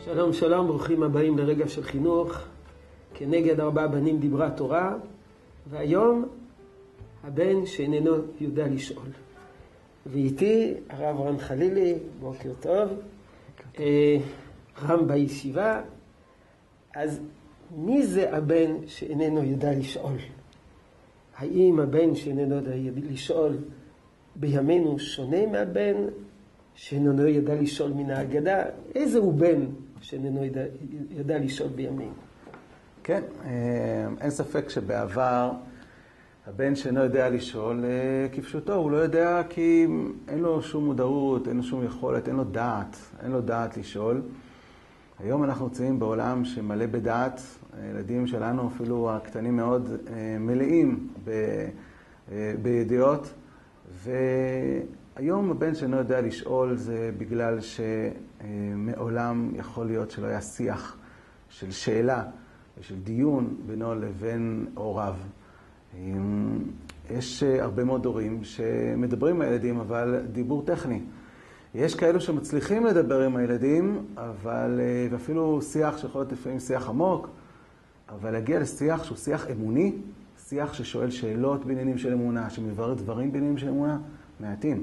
שלום שלום, ברוכים הבאים לרגע של חינוך. כנגד 4 בנים דיברה תורה, והיום הבן שאיננו יודע לשאול. ואיתי הרב רן חלילי, בוקר טוב, רם בישיבה. אז מי זה הבן שאיננו יודע לשאול? האם הבן שאיננו יודע לשאול בימינו שונה מהבן שאיננו ידע לשאול מן ההגדה? איזה הוא בן שאיננו ידע לשאול בימינו? כן, אין ספק שבעבר הבן שאינו יודע לשאול, כפשוטו, הוא לא יודע כי אין לו שום מודעות, אין לו שום יכולת, אין לו דעת לשאול. היום אנחנו נמצאים בעולם שמלא בדעת, הילדים שלנו, אפילו הקטנים מאוד, מלאים בידיעות, והיום הבן שאינו יודע לשאול זה בגלל שמעולם יכול להיות שלא היה שיח של שאלה ושל דיון בינו לבין הוריו. יש הרבה מאוד הורים שמדברים עם הילדים, אבל דיבור טכני. יש כאלו שמצליחים לדבר עם הילדים, ואפילו שיח שיכול להיות לפעמים שיח עמוק, אבל להגיע לשיח שהוא שיח אמוני, שיח ששואל שאלות בעניינים של אמונה, שמברר דברים בעניינים של אמונה, מעטים.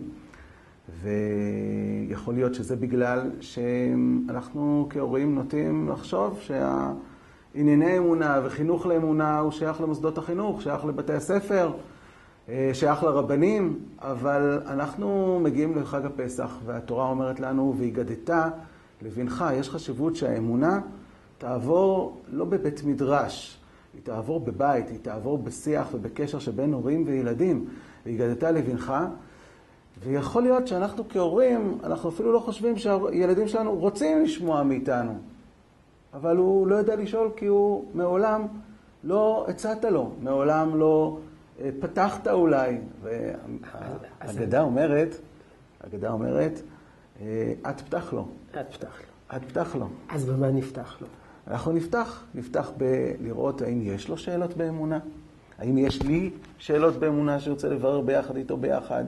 ויכול להיות שזה בגלל שאנחנו כהורים נוטים לחשוב ענייני אמונה וחינוך לאמונה הוא שייך למוסדות החינוך, שייך לבתי הספר, שייך לרבנים, אבל אנחנו מגיעים לחג הפסח והתורה אומרת לנו, והגדת לבנך, יש חשיבות שהאמונה תעבור לא בבית מדרש, היא תעבור בבית, היא תעבור בשיח ובקשר שבין הורים וילדים, והגדת לבנך, ויכול להיות שאנחנו כהורים, אנחנו אפילו לא חושבים שהילדים שלנו רוצים לשמוע מאיתנו. אבל הוא לא יודע לשאול כי הוא מעולם לא הצעת לו, מעולם לא פתחת אולי. והאגדה אומרת, את פתח לו. את פתח לו. אז במה נפתח לו? אנחנו נפתח בלראות האם יש לו שאלות באמונה, האם יש לי שאלות באמונה שרוצה לברר ביחד איתו ביחד.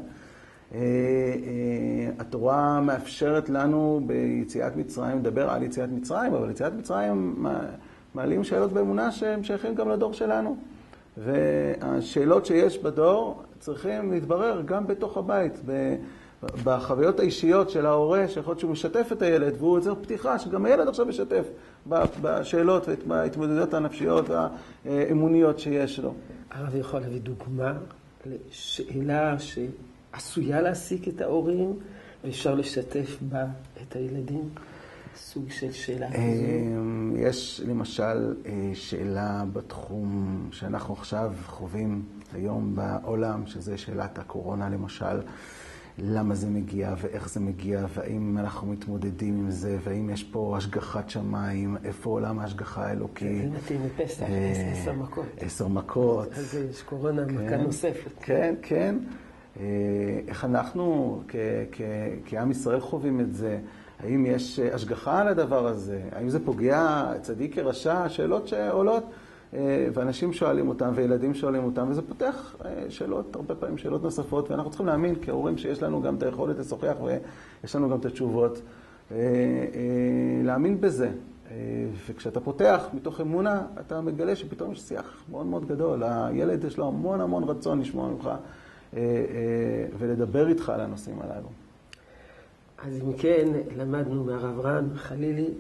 התורה מאפשרת לנו ביציאת מצרים, לדבר על יציאת מצרים, אבל יציאת מצרים מעלים שאלות באמונה שהם שייכים גם לדור שלנו. והשאלות שיש בדור צריכים להתברר גם בתוך הבית, בחוויות האישיות של ההורה, שיכול להיות שהוא משתף את הילד, והוא יוצר פתיחה שגם הילד עכשיו משתף בשאלות ובהתמודדויות הנפשיות והאמוניות שיש לו. הרב יכול להביא דוגמה לשאלה עשויה להעסיק את ההורים, ואפשר לשתף בה את הילדים? סוג של שאלה כזו. יש למשל שאלה בתחום שאנחנו עכשיו חווים היום בעולם, שזה שאלת הקורונה למשל, למה זה מגיע ואיך זה מגיע, והאם אנחנו מתמודדים עם זה, והאם יש פה השגחת שמיים, איפה עולם ההשגחה האלוקי. זה מתאים לפסח, 10 מכות. 10 מכות. אז יש קורונה, מכה נוספת. כן. איך אנחנו כעם ישראל חווים את זה? האם יש השגחה על הדבר הזה? האם זה פוגע צדיק כרשע? שאלות שעולות, ואנשים שואלים אותם, וילדים שואלים אותם, וזה פותח שאלות, הרבה פעמים שאלות נוספות, ואנחנו צריכים להאמין כהורים שיש לנו גם את היכולת לשוחח, ויש לנו גם את התשובות, להאמין בזה. וכשאתה פותח מתוך אמונה, אתה מגלה שפתאום יש שיח מאוד מאוד גדול. הילד יש לו המון רצון לשמוע ממך, ולדבר איתך על הנושאים הללו. אז אם כן, למדנו מהרב רן חלילי,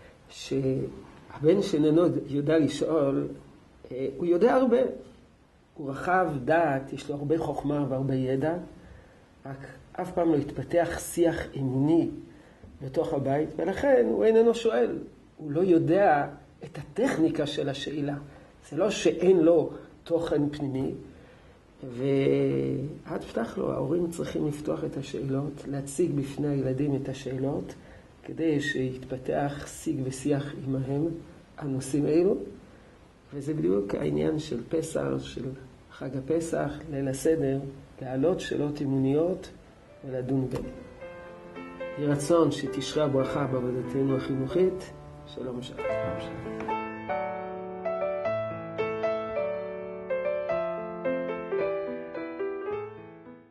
שהבן שאיננו יודע לשאול, הוא יודע הרבה. הוא רחב דעת, יש לו הרבה חוכמה והרבה ידע, רק אף פעם לא התפתח שיח אמוני בתוך הבית, ולכן הוא איננו שואל. הוא לא יודע את הטכניקה של השאלה. זה לא שאין לו תוכן פנימי, ועד פתח לו, ההורים צריכים לפתוח את השאלות, להציג בפני הילדים את השאלות, כדי שיתפתח שיג ושיח עמהם הנושאים האלו. וזה בדיוק העניין של פסח, של חג הפסח, ליל הסדר, להעלות שאלות אמוניות ולדון בהן. יהי רצון שתשרה ברכה בעבודתנו החינוכית. שלום שלום.